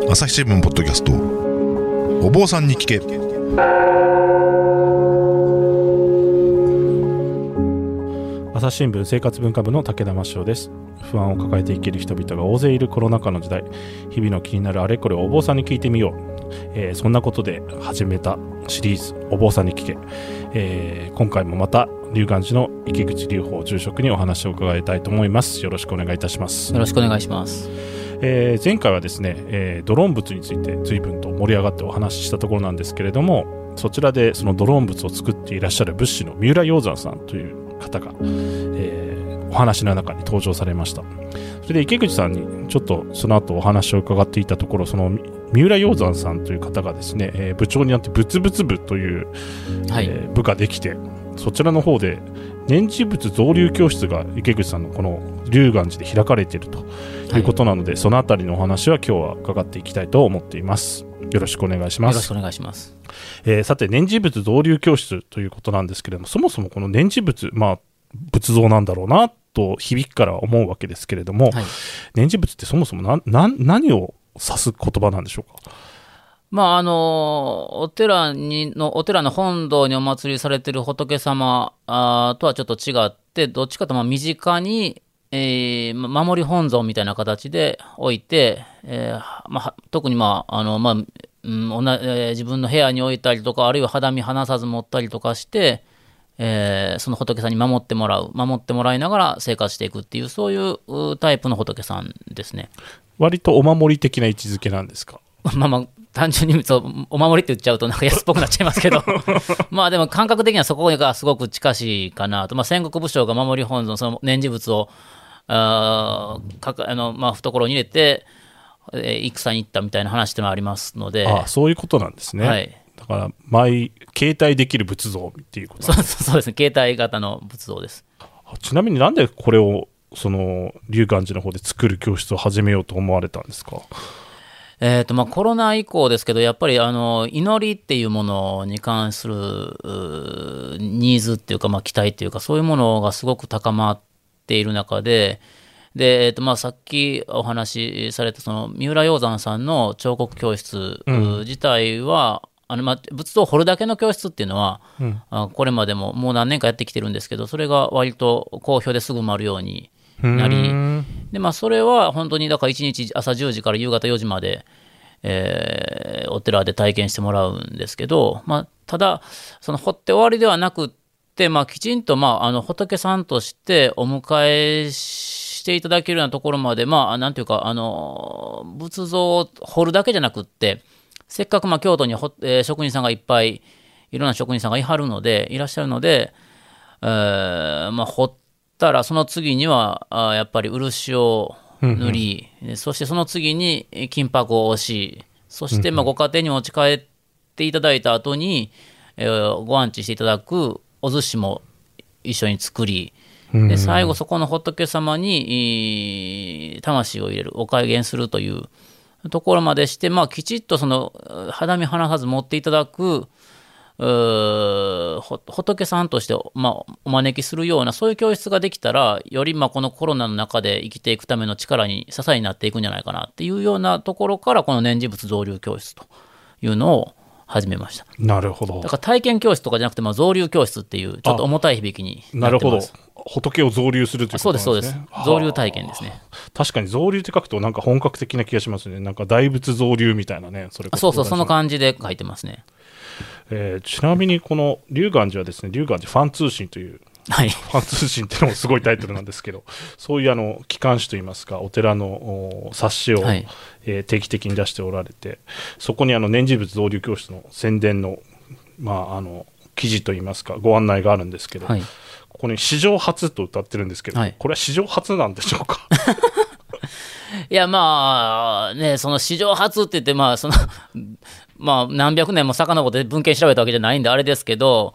朝日新聞ポッドキャスト、お坊さんに聞け。 朝日新聞生活文化部の武田真翔です。不安を抱えて生きる人々が大勢いるコロナ禍の時代、日々の気になるあれこれをお坊さんに聞いてみよう、そんなことで始めたシリーズお坊さんに聞け、今回もまた龍岩寺の池口隆法住職にお話を伺いたいと思います。よろしくお願いいたします。 よろしくお願いします。 前回はですね、ドローン仏について随分と盛り上がってお話ししたところなんですけれども、そちらでそのドローン仏を作っていらっしゃる仏師の三浦鷹山さんという方が、お話の中に登場されました。それで池口さんにちょっとその後お話を伺っていたところ、その三浦鷹山さんという方がですね、部長になって仏仏部という、部ができて、そちらの方で念持仏造立教室が池口さんのこの龍岩寺で開かれているということなので、そのあたりのお話は今日は伺っていきたいと思っています。よろしくお願いします。 よろしくお願いします。 さて、念持仏造立教室ということなんですけれども、そもそもこの念持仏、仏像なんだろうなと響きから思うわけですけれども、念持仏ってそもそも何を指す言葉なんでしょうか。 お寺の本堂にお祭りされている仏様とはちょっと違って、どっちかと身近に、守り本尊みたいな形で置いて、特に自分の部屋に置いたりとか、あるいは肌身離さず持ったりとかして、その仏さんに守ってもらいながら生活していくっていう、そういうタイプの仏さんですね。 割とお守り的な位置づけなんですか。 単純にお守りって言っちゃうとなんか安っぽくなっちゃいますけどでも感覚的にはそこがすごく近しいかなと。戦国武将が守り本尊、その念持仏を懐に入れて、戦に行ったみたいな話ってのがありますので。 そういうことなんですね。だから携帯できる仏像っていうことなんですね。 そうですね、携帯型の仏像です。 ちなみになんでこれをその龍岩寺の方で作る教室を始めようと思われたんですか。 コロナ以降ですけど、やっぱり祈りっていうものに関するニーズっていうか、期待っていうか、そういうものがすごく高まっている中で、さっきお話しされたその三浦鷹山さんの彫刻教室自体は、仏像を彫るだけの教室っていうのは、これまでももう何年かやってきてるんですけど、それが割と好評ですぐ埋まるようになり、でそれは本当にだから1日朝10時から夕方4時まで、お寺で体験してもらうんですけど、ただその彫って終わりではなくって、きちんと仏さんとしてお迎えしていただけるようなところまで、なんていうか仏像を彫るだけじゃなくって、せっかく京都に職人さんがいっぱいいろんな職人さんがいらっしゃるので、彫ったらその次にはやっぱり漆を塗り、そしてその次に金箔を押し、そしてご家庭に持ち帰っていただいた後に、ご安置していただくお寿司も一緒に作り、で最後そこの仏様に魂を入れる、お戒厳するというところまでして、きちっとその肌身離さず持っていただく仏さんとしてお招きするような、そういう教室ができたら、よりこのコロナの中で生きていくための力に支えになっていくんじゃないかなっていうようなところから、この念持仏造立教室というのを始めました。 なるほど。 だから体験教室とかじゃなくて、造立教室っていうちょっと重たい響きになってます。 なるほど。仏を造立するということなんですね。 そうです。造立体験ですね。 確かに造立って書くとなんか本格的な気がしますね。なんか大仏造立みたいなね。その感じで書いてますね。 ちなみにこの龍岩寺はですね、龍岩寺ファン通信という、ファン通信っていうのもすごいタイトルなんですけど、そういう機関誌といいますか、お寺の冊子を、定期的に出しておられて、そこに念持仏造立教室の宣伝の、記事といいますかご案内があるんですけど、ここに史上初と歌ってるんですけど、これは史上初なんでしょうか。 いやその史上初って言って何百年も遡って文献調べたわけじゃないんであれですけど、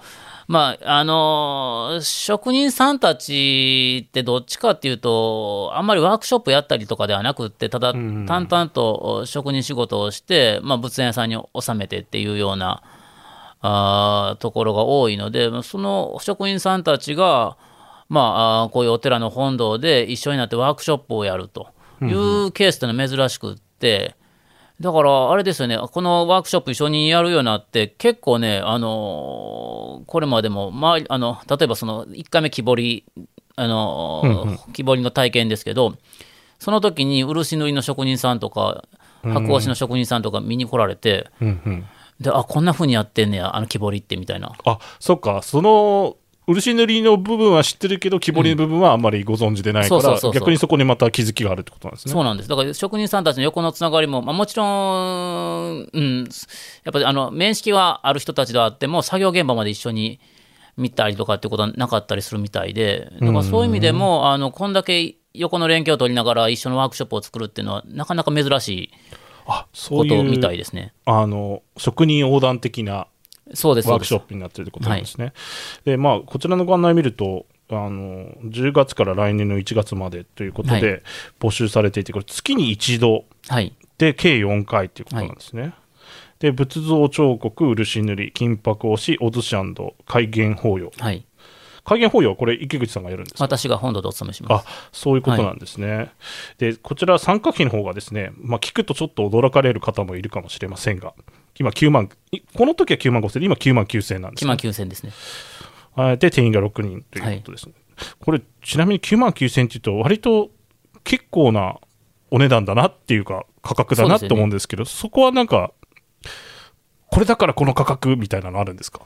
職人さんたちってどっちかっていうと、あんまりワークショップやったりとかではなくって、ただ淡々と職人仕事をして、仏壇屋さんに納めてっていうようなところが多いので、その職人さんたちがこういうお寺の本堂で一緒になってワークショップをやるというケースというのは珍しくって、 だからあれですよね、このワークショップ一緒にやるようになって、結構ね、これまでも、まあ、例えばその1回目木彫り、木彫りの体験ですけど、その時に漆塗りの職人さんとか、箔押しの職人さんとか見に来られて、で、こんな風にやってんねや、木彫りってみたいな。 そっか、その漆塗りの部分は知ってるけど、木彫りの部分はあんまりご存知でないから、逆にそこにまた気づきがあるってことなんですね。 そうなんです。だから職人さんたちの横のつながりも、もちろん、やっぱり面識はある人たちではあっても、作業現場まで一緒に見たりとかっていうことはなかったりするみたいで、だからそういう意味でも、こんだけ横の連携を取りながら一緒のワークショップを作るっていうのは、なかなか珍しいことみたいですね。 職人横断的なそうです、 ワークショップになっているということなんですね。で、こちらのご案内を見ると、10月から来年の1月までということで募集されていて、これ月に一度で計4回ということなんですね。で、仏像彫刻、漆塗り、金箔押し、お寿司&開眼法要。開眼法要はこれ池口さんがやるんですか？ 私が本土でお務めします。 そういうことなんですね。で、こちら参加費の方がですね、聞くとちょっと驚かれる方もいるかもしれませんが、今9万、この時は9万5千で、今9万9千なんです、ね。 9万9千ですね。 で、定員が6人ということですね。これ、ちなみに9万9千っていうと、割と結構なお値段だなっていうか、価格だなと思うんですけど、そこはなんか、これだからこの価格みたいなのあるんですか？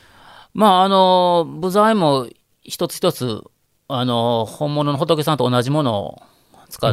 部材も一つ一つ、本物の仏さんと同じものを使って、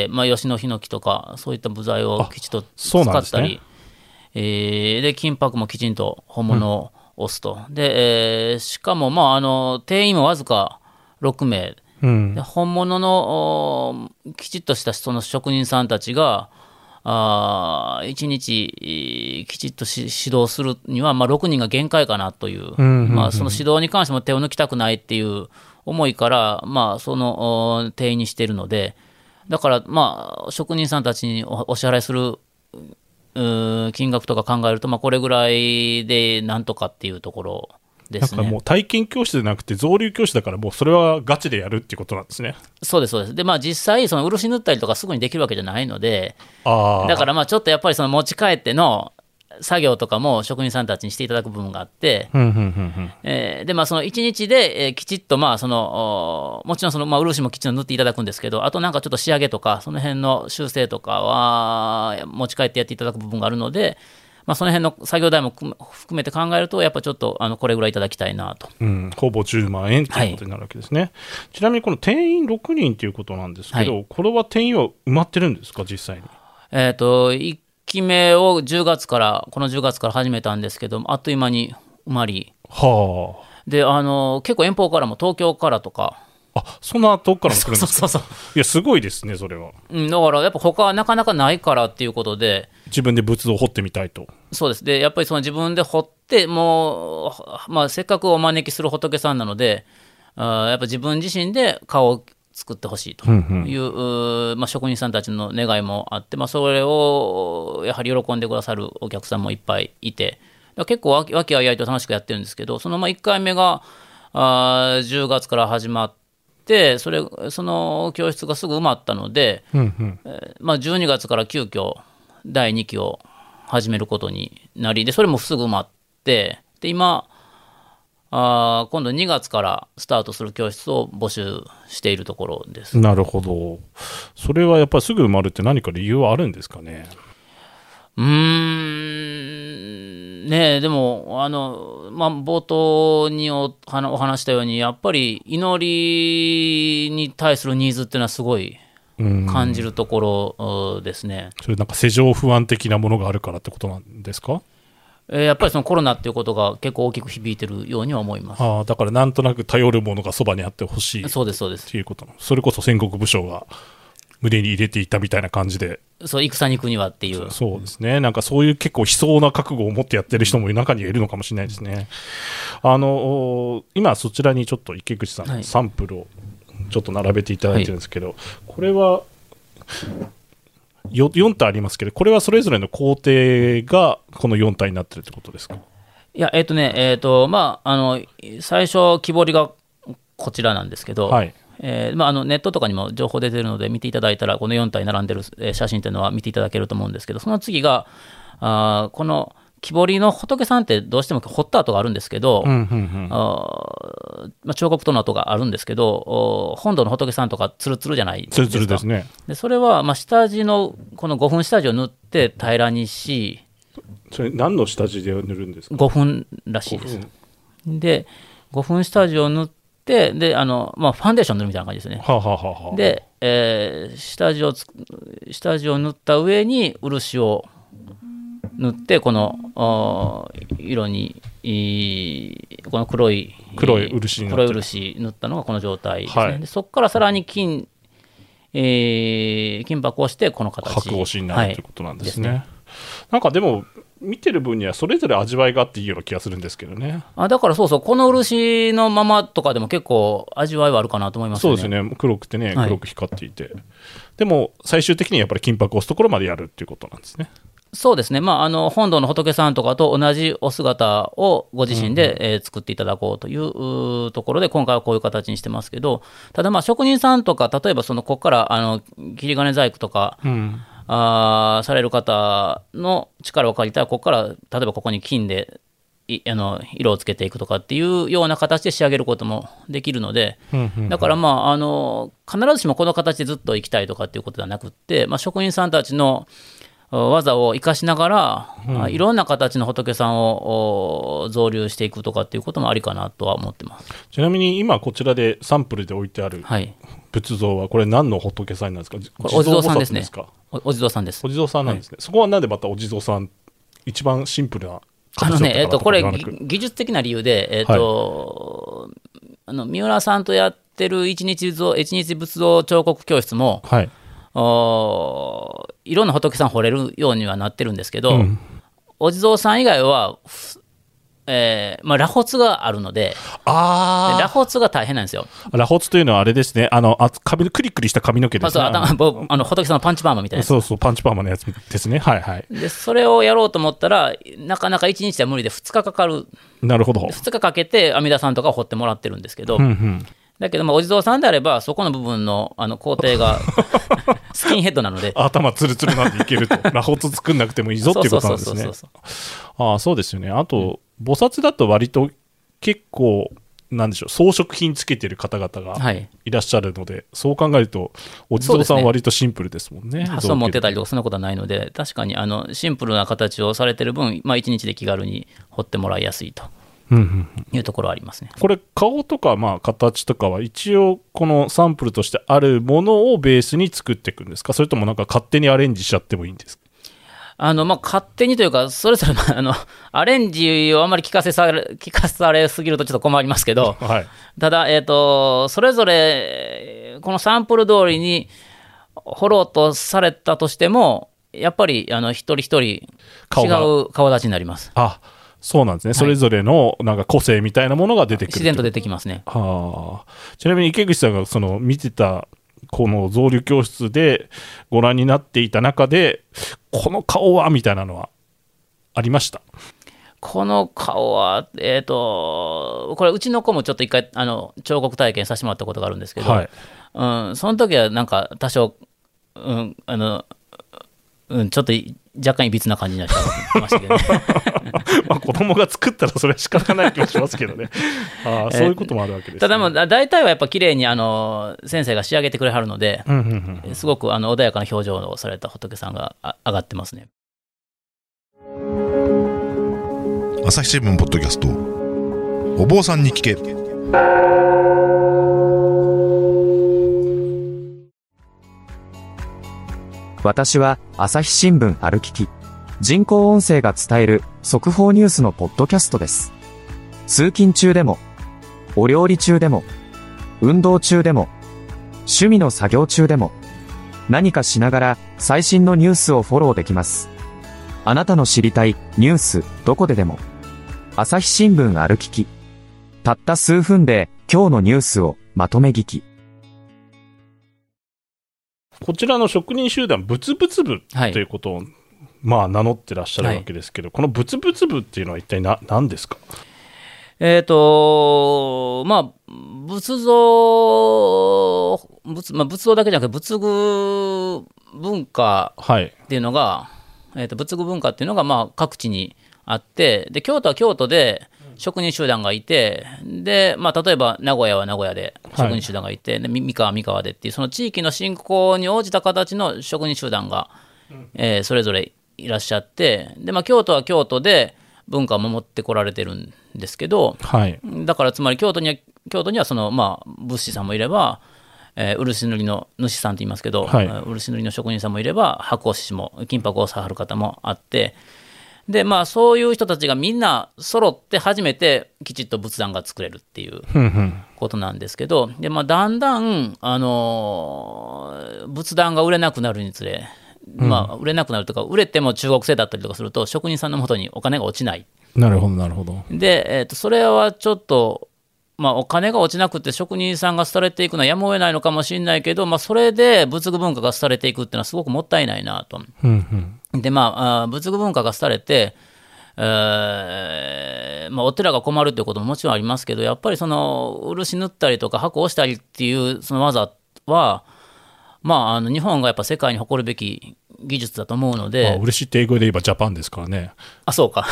吉野ヒノキとか、そういった部材をきちっと使ったり、で金箔もきちんと本物を押すと。で、しかも、定員もわずか6名。で本物のきちっとしたその職人さんたちが、1日きちっと指導するには、6人が限界かなという、その指導に関しても手を抜きたくないっていう思いから、その定員にしているので、だから、職人さんたちにお支払いする金額とか考えると、これぐらいでなんとかっていうところですね。 なんかもう体験教室じゃなくて造立教室だから、もうそれはガチでやるっていうことなんですね。 そうですそうです。で、実際その漆塗ったりとかすぐにできるわけじゃないので、だからちょっとやっぱりその持ち帰っての作業とかも職人さんたちにしていただく部分があって、でその1日で、きちっともちろんその漆もきちんと塗っていただくんですけど、あとなんかちょっと仕上げとかその辺の修正とかは持ち帰ってやっていただく部分があるので、その辺の作業代も含めて考えると、やっぱちょっとこれぐらいいただきたいなと。 ほぼ10万円ということになるわけですね。ちなみにこの定員6人ということなんですけど、これは定員は埋まってるんですか、実際に。 1期目をこの10月から始めたんですけど、あっという間に埋まり。で、結構遠方からも、東京からとか。 そんな遠くからも来るんですか？いや、すごいですね、それは。 だからやっぱ他はなかなかないからっていうことで、 自分で仏像を彫ってみたいと。 そうです。で、やっぱりその自分で彫って、もう、せっかくお招きする仏さんなので、やっぱ自分自身で顔を作ってほしいという、職人さんたちの願いもあって、それをやはり喜んでくださるお客さんもいっぱいいて、結構和気あいあいと楽しくやってるんですけど、その1回目が10月から始まって、その教室がすぐ埋まったので、12月から急遽第2期を始めることになり、でそれもすぐ埋まって、で今度2月からスタートする教室を募集しているところです。 なるほど。それはやっぱりすぐ埋まるって何か理由はあるんですかね？ でも冒頭にお話したように、やっぱり祈りに対するニーズっていうのはすごい感じるところですね。 それなんか世情不安的なものがあるからってことなんですか？ やっぱりそのコロナっていうことが結構大きく響いてるようには思います。 だからなんとなく頼るものがそばにあってほしい。 そうですそうです。 っていうことの、それこそ戦国武将が胸に入れていたみたいな感じで、 戦に行くにはっていう。 そうですね。なんかそういう結構悲壮な覚悟を持ってやってる人も中にはいるのかもしれないですね。今そちらにちょっと池口さんのサンプルをちょっと並べていただいてるんですけど、これは4体ありますけど、これはそれぞれの工程がこの4体になってるってことですか？ いや、最初木彫りがこちらなんですけど、 ネットとかにも情報出てるので見ていただいたら、この4体並んでる写真っていうのは見ていただけると思うんですけど、その次がこの木彫りの仏さんってどうしても彫った跡があるんですけど、彫刻刀の跡があるんですけど、本堂の仏さんとかツルツルじゃないですか。 ツルツルですね。 でそれは下地のこの5分下地を塗って平らにし、 それ何の下地で塗るんですか。 5分らしいです。で5分下地を塗って、でファンデーション塗るみたいな感じですね。で、下地を塗った上に漆を塗って、この色にこの黒い漆塗ったのがこの状態ですね。でそこからさらに金箔をしてこの形、 白押しになるということなんですね。なんかでも見てる分にはそれぞれ味わいがあっていいような気がするんですけどね。 だからそうそう、この漆のままとかでも結構味わいはあるかなと思いますね。 そうですね。黒くてね、黒く光っていて、でも最終的にやっぱり金箔を押すところまでやるっていうことなんですね。 そうですね。本堂の仏さんとかと同じお姿をご自身で、作っていただこうというところで、今回はこういう形にしてますけど、ただ職人さんとか、例えばここから切り金細工とか、される方の力を借りたら、ここから例えばここに金で色をつけていくとかっていうような形で仕上げることもできるので、だから必ずしもこの形でずっといきたいとかっていうことではなくって、職人さんたちの技を生かしながら、いろんな形の仏さんを造立していくとかっていうこともありかなとは思ってます。 ちなみに今こちらでサンプルで置いてある仏像はこれ何の仏さんなんですか。 これお地蔵さんですね。お地蔵さんです。 お地蔵さんなんですね。そこはなんでまたお地蔵さん、一番シンプルな形だったからとかこれ技術的な理由で、三浦さんとやってる一日仏像彫刻教室も、いろんな仏さん彫れるようにはなってるんですけど、お地蔵さん以外は、螺髪があるので、螺髪が大変なんですよ。 螺髪というのはあれですね、クリクリした髪の毛ですね。 仏さんのパンチパーマみたいなやつ。 そうそう、パンチパーマのやつですね。 でそれをやろうと思ったら、なかなか1日では無理で2日かかる。 なるほど。 2日かけて阿弥陀さんとかを彫ってもらってるんですけど、だけどお地蔵さんであればそこの部分の工程がスキンヘッドなので頭ツルツルなんでいけると螺髪作んなくてもいいぞっていうことなんですね。そうですよね。あと、菩薩だと割と結構なんでしょう、装飾品つけてる方々がいらっしゃるので、そう考えるとお地蔵さんは割とシンプルですもんね。 発想持ってたりとかそんなことはないので、確かにシンプルな形をされてる分、1日で気軽に彫ってもらいやすいというところはありますね。 これ顔とか形とかは一応このサンプルとしてあるものをベースに作っていくんですか。それともなんか勝手にアレンジしちゃってもいいんですか。 勝手にというか、それぞれアレンジをあんまり聞かされすぎるとちょっと困りますけど、ただ、それぞれこのサンプル通りに彫ろうとされたとしても、やっぱり一人一人違う顔立ちになります。 そうなんですね。それぞれのなんか個性みたいなものが出てくる。 自然と出てきますね。 ちなみに池口さんが見てたこの造立教室でご覧になっていた中で、この顔はみたいなのはありました？ この顔はこれうちの子もちょっと一回彫刻体験させてもらったことがあるんですけど、その時はなんか多少ちょっと若干いびつな感じになってましたけどね。 子供が作ったらそれは仕方ない気がしますけどね。そういうこともあるわけです、ね。 ただ大体はやっぱ綺麗に先生が仕上げてくれはるので、すごく穏やかな表情をされた仏さんが上がってますね。 朝日新聞ポッドキャスト、お坊さんに聞け。 私は朝日新聞ある聞き。人工音声が伝える速報ニュースのポッドキャストです。通勤中でも、お料理中でも、運動中でも、趣味の作業中でも、何かしながら最新のニュースをフォローできます。あなたの知りたいニュースどこででも。朝日新聞ある聞き。たった数分で今日のニュースをまとめ聞き。 こちらの職人集団仏仏部ということを、名乗ってらっしゃるわけですけど、この仏仏部っていうのは一体何ですか。 まあ、仏像、仏像だけじゃなくて、仏具文化っていうのが、仏具文化っていうのが、まあ、各地にあって、で、京都は京都で職人集団がいて、で、まあ、例えば名古屋は名古屋で職人集団がいて、で三河は三河でっていう、その地域の信仰に応じた形の職人集団が、それぞれいらっしゃって、で、まあ、京都は京都で文化を守ってこられてるんですけど、だからつまり京都にはその、まあ、仏師さんもいれば、漆塗りの主さんと言いますけど、漆塗りの職人さんもいれば、箔押しも金箔を触る方もあって、で、まあ、そういう人たちがみんな揃って初めてきちっと仏壇が作れるっていうことなんですけど、で、まあ、だんだん、仏壇が売れなくなるにつれ、まあ、売れなくなるというか、売れても中国製だったりとかすると、職人さんのもとにお金が落ちない。 なるほど、なるほど。 で、それはちょっと、まあ、お金が落ちなくて職人さんが廃れていくのはやむを得ないのかもしれないけど、まあ、それで仏具文化が廃れていくっていうのはすごくもったいないなと。で、まあ、仏具文化が廃れて、まあ、お寺が困るということももちろんありますけど、やっぱりその漆塗ったりとか箔を押したりっていうその技は、まあ、日本がやっぱ世界に誇るべき技術だと思うので、 漆って英語で言えばジャパンですからね。 あ、そうか。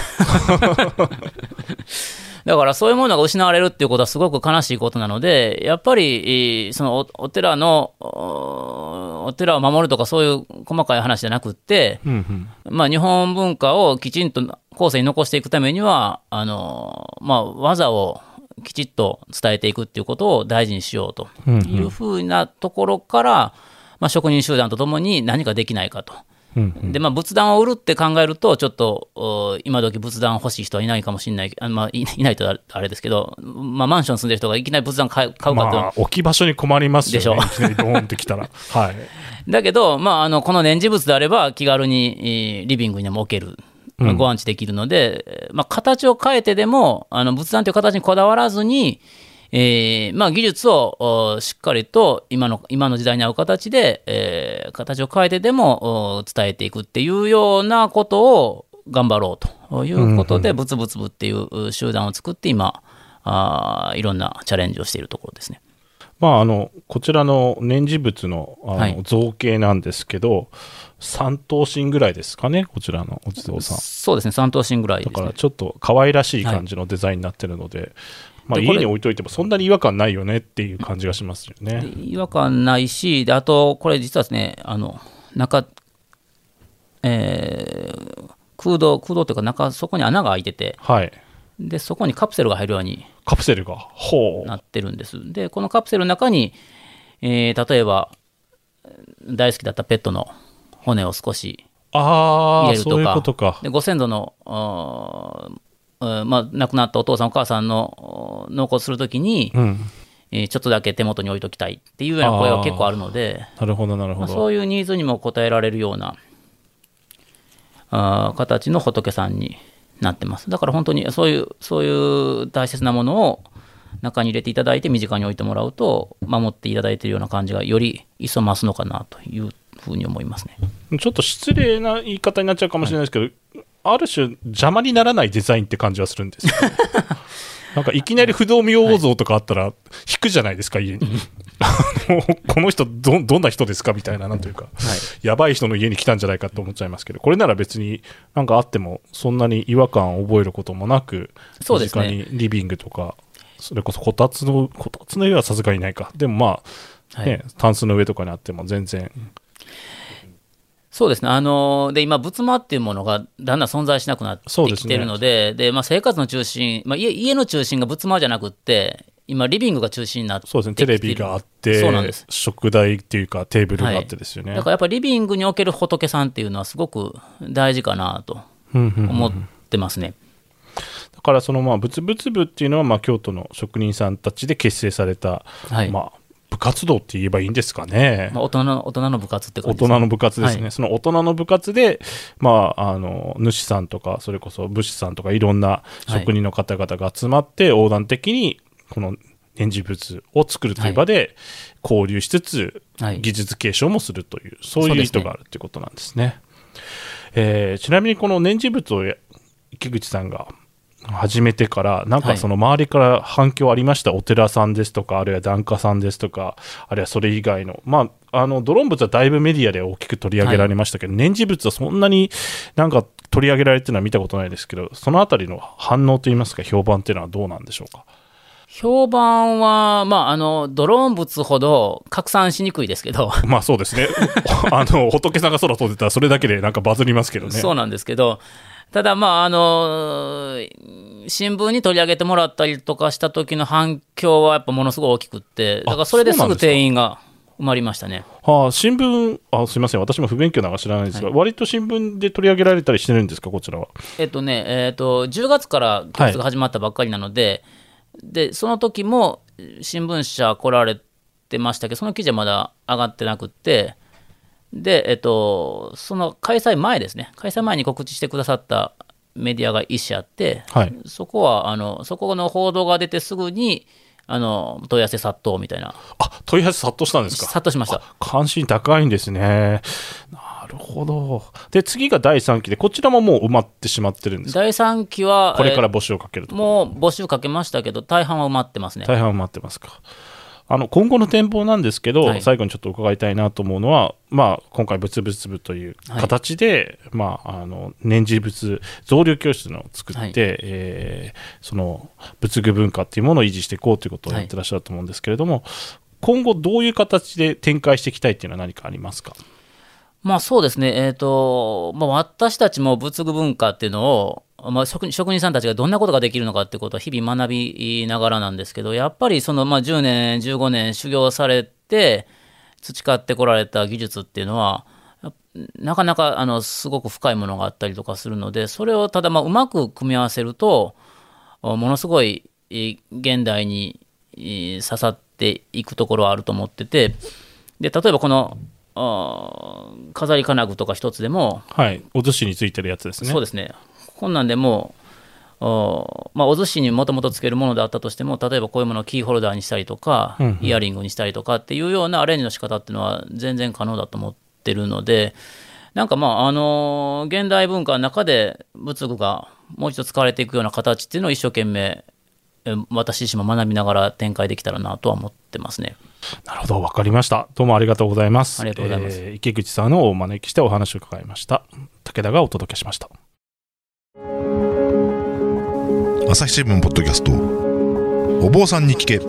だからそういうものが失われるっていうことはすごく悲しいことなので、やっぱりそのお寺を守るとかそういう細かい話じゃなくって、まあ、日本文化をきちんと後世に残していくためにはまあ、技をきちっと伝えていくっていうことを大事にしようというふうなところから、まあ、職人集団とともに何かできないかと。で、まあ、仏壇を売るって考えると、ちょっと今時仏壇欲しい人はいないかもしれない、まあ、いないとあれですけど、まあ、マンション住んでる人がいきなり仏壇買うかっていうのは、 まあ、置き場所に困りますよね、いきなりドーンってきたら。はい、 だけど、まあ、この念持仏であれば、気軽にリビングにも置ける。ご安置できるので、まあ、形を変えてでも仏壇という形にこだわらずに、まあ、技術をしっかりと今の時代に合う形で、形を変えてでも伝えていくっていうようなことを頑張ろうということで、仏仏部っていう集団を作って今いろんなチャレンジをしているところですね。 まあ、こちらの念持仏の造形なんですけど、3頭身ぐらいですかね、こちらのお地蔵さん。 そうですね、3頭身ぐらいですね。 だからちょっと可愛らしい感じのデザインになってるので、まあ、家に置いといてもそんなに違和感ないよねっていう感じがしますよね。 違和感ないし、であとこれ実はですね、中、空洞というかそこに穴が開いてて、でそこにカプセルが入るようになってるんです。でこのカプセルの中に、例えば大好きだったペットの骨を少し入れるとか、 そういうことか。 でご先祖のまあ、亡くなったお父さんお母さんの納骨するときに、ちょっとだけ手元に置いときたいっていうような声は結構あるので、 なるほどなるほど、 まあ、そういうニーズにも応えられるような形の仏さんになってます。だから本当にそういう大切なものを中に入れていただいて身近に置いてもらうと守っていただいているような感じがより一層増すのかなというふうに思いますね。 ちょっと失礼な言い方になっちゃうかもしれないですけど、ある種邪魔にならないデザインって感じはするんですよ、ね、なんかいきなり不動明王像とかあったら引くじゃないですか、家にこの人どんな人ですかみたいな、なんというか、やばい人の家に来たんじゃないかと思っちゃいますけど、これなら別になんかあってもそんなに違和感を覚えることもなく、 そうですね、 身近にリビングとかそれこそこたつの上はさすがにないか、でもまあ、タンスの上とかにあっても全然、 そうですね、で今、仏間っていうものがだんだん存在しなくなってきているので、まあ、生活の中心、まあ、家の中心が仏間じゃなくって、今、リビングが中心になってきている。 そうですね、テレビがあって、 そうなんです、 食台っていうか、テーブルがあってですよね。 だからやっぱりリビングにおける仏さんっていうのは、すごく大事かなと思ってますね。 だからそのまあ仏仏部っていうのはまあ京都の職人さんたちで結成された、まあ部活動って言えばいいんですかね。 まあ、大人の部活って感じですね。大人の部活ですね。その大人の部活で、まあ、主さんとかそれこそ武士さんとかいろんな職人の方々が集まって横断的にこの念持仏を作るという場で交流しつつ技術継承もするという、そういう意図があるということなんですね。ちなみにこの念持仏を池口さんが始めてからなんかその周りから反響ありました、お寺さんですとか、あるいは檀家さんですとか、あるいはそれ以外の、ドローン仏はだいぶメディアで大きく取り上げられましたけど、念持仏はそんなになんか取り上げられてるのは見たことないですけど、そのあたりの反応といいますか評判っていうのはどうなんでしょうか。 評判は、ドローン仏ほど拡散しにくいですけどそうですね仏さんが空飛んでたらそれだけでなんかバズりますけどね。 そうなんですけど、ただ新聞に取り上げてもらったりとかした時の反響はやっぱものすごい大きくって、だからそれですぐ定員が埋まりましたね。 新聞、すみません、私も不勉強なのか知らないですが、割と新聞で取り上げられたりしてるんですか、こちらは。 10月から教室が始まったばっかりなので、でその時も新聞社来られてましたけど、その記事はまだ上がってなくって、で、その開催前ですね、開催前に告知してくださったメディアが一社あって、そこはそこの報道が出てすぐに問い合わせ殺到みたいな。 問い合わせ殺到したんですか。 殺到しました。 関心高いんですね。なるほど。で次が第3期で、こちらももう埋まってしまってるんですか。 第3期はこれから募集をかけると。 もう募集かけましたけど、大半は埋まってますね。 大半は埋まってますか。今後の展望なんですけど、最後にちょっと伺いたいなと思うのは、今回仏仏部という形で、念持仏造立教室を作って、その仏具文化っていうものを維持していこうということをやってらっしゃると思うんですけれども、今後どういう形で展開していきたいっていうのは何かありますか。 そうですね、私たちも仏具文化っていうのを、職人さんたちがどんなことができるのかっていうことを日々学びながらなんですけど、やっぱりその10年15年修行されて培ってこられた技術っていうのはなかなかすごく深いものがあったりとかするので、それをただうまく組み合わせるとものすごい現代に刺さっていくところはあると思ってて、で例えばこの飾り金具とか一つでも、 お寿司についてるやつですね。 そうですね。こんなんでもお寿司にもともとつけるものであったとしても、例えばこういうものをキーホルダーにしたりとか、イヤリングにしたりとかっていうようなアレンジの仕方っていうのは全然可能だと思ってるので、なんか現代文化の中で仏具がもう一度使われていくような形っていうのを一生懸命私自身も学びながら展開できたらなとは思ってますね。 なるほど、分かりました。どうもありがとうございます。 ありがとうございます。 池口さんをお招きしてお話を伺いました。武田がお届けしました。 朝日新聞ポッドキャスト、お坊さんに聞け。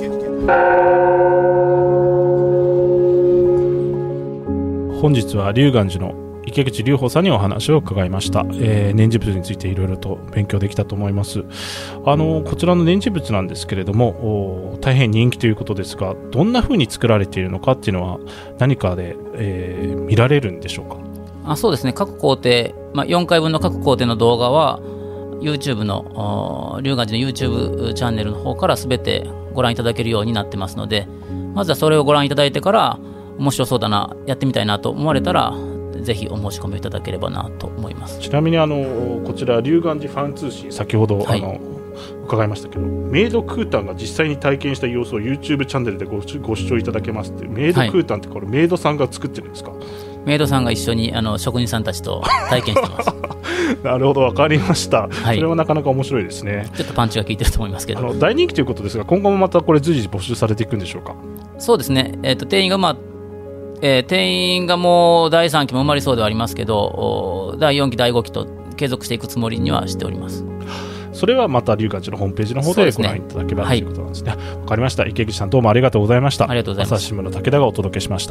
本日は龍岩寺の池口隆法さんにお話を伺いました。念持仏についていろいろと勉強できたと思います。こちらの念持仏なんですけれども、大変人気ということですが、どんな風に作られているのかっていうのは何かで、見られるんでしょうか。 そうですね、各工程、4回分の各工程の動画はYouTube の龍岩寺の YouTube チャンネルの方から全てご覧いただけるようになってますので、まずはそれをご覧いただいてから面白そうだな、やってみたいなと思われたらぜひお申し込みいただければなと思います。 ちなみにこちら龍岩寺ファン通信、先ほど、伺いましたけど、メイドクータンが実際に体験した様子を YouTube チャンネルでご視聴いただけますって。メイドクータンってこれメイドさんが作ってるんですか。 メイドさんが一緒に職人さんたちと体験してますなるほど、分かりました、それはなかなか面白いですね。 ちょっとパンチが効いてると思いますけど、 大人気ということですが、今後もまたこれ随時募集されていくんでしょうか。 そうですね、定員がもう第3期も埋まりそうではありますけど、第4期第5期と継続していくつもりにはしております。 それはまた龍岩寺のホームページの方でご覧いただければということなんですね。わかりました。池口さん、どうもありがとうございました。 ありがとうございます。 朝日新聞の武田がお届けしました。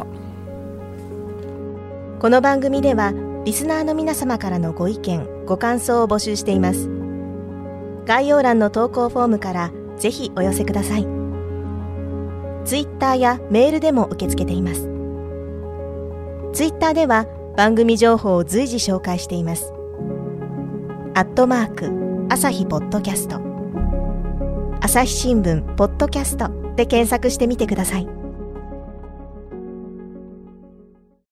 この番組ではリスナーの皆様からのご意見ご感想を募集しています。概要欄の投稿フォームからぜひお寄せください。ツイッターやメールでも受け付けています。ツイッターでは番組情報を随時紹介しています。@朝日ポッドキャスト、朝日新聞ポッドキャストで検索してみてください。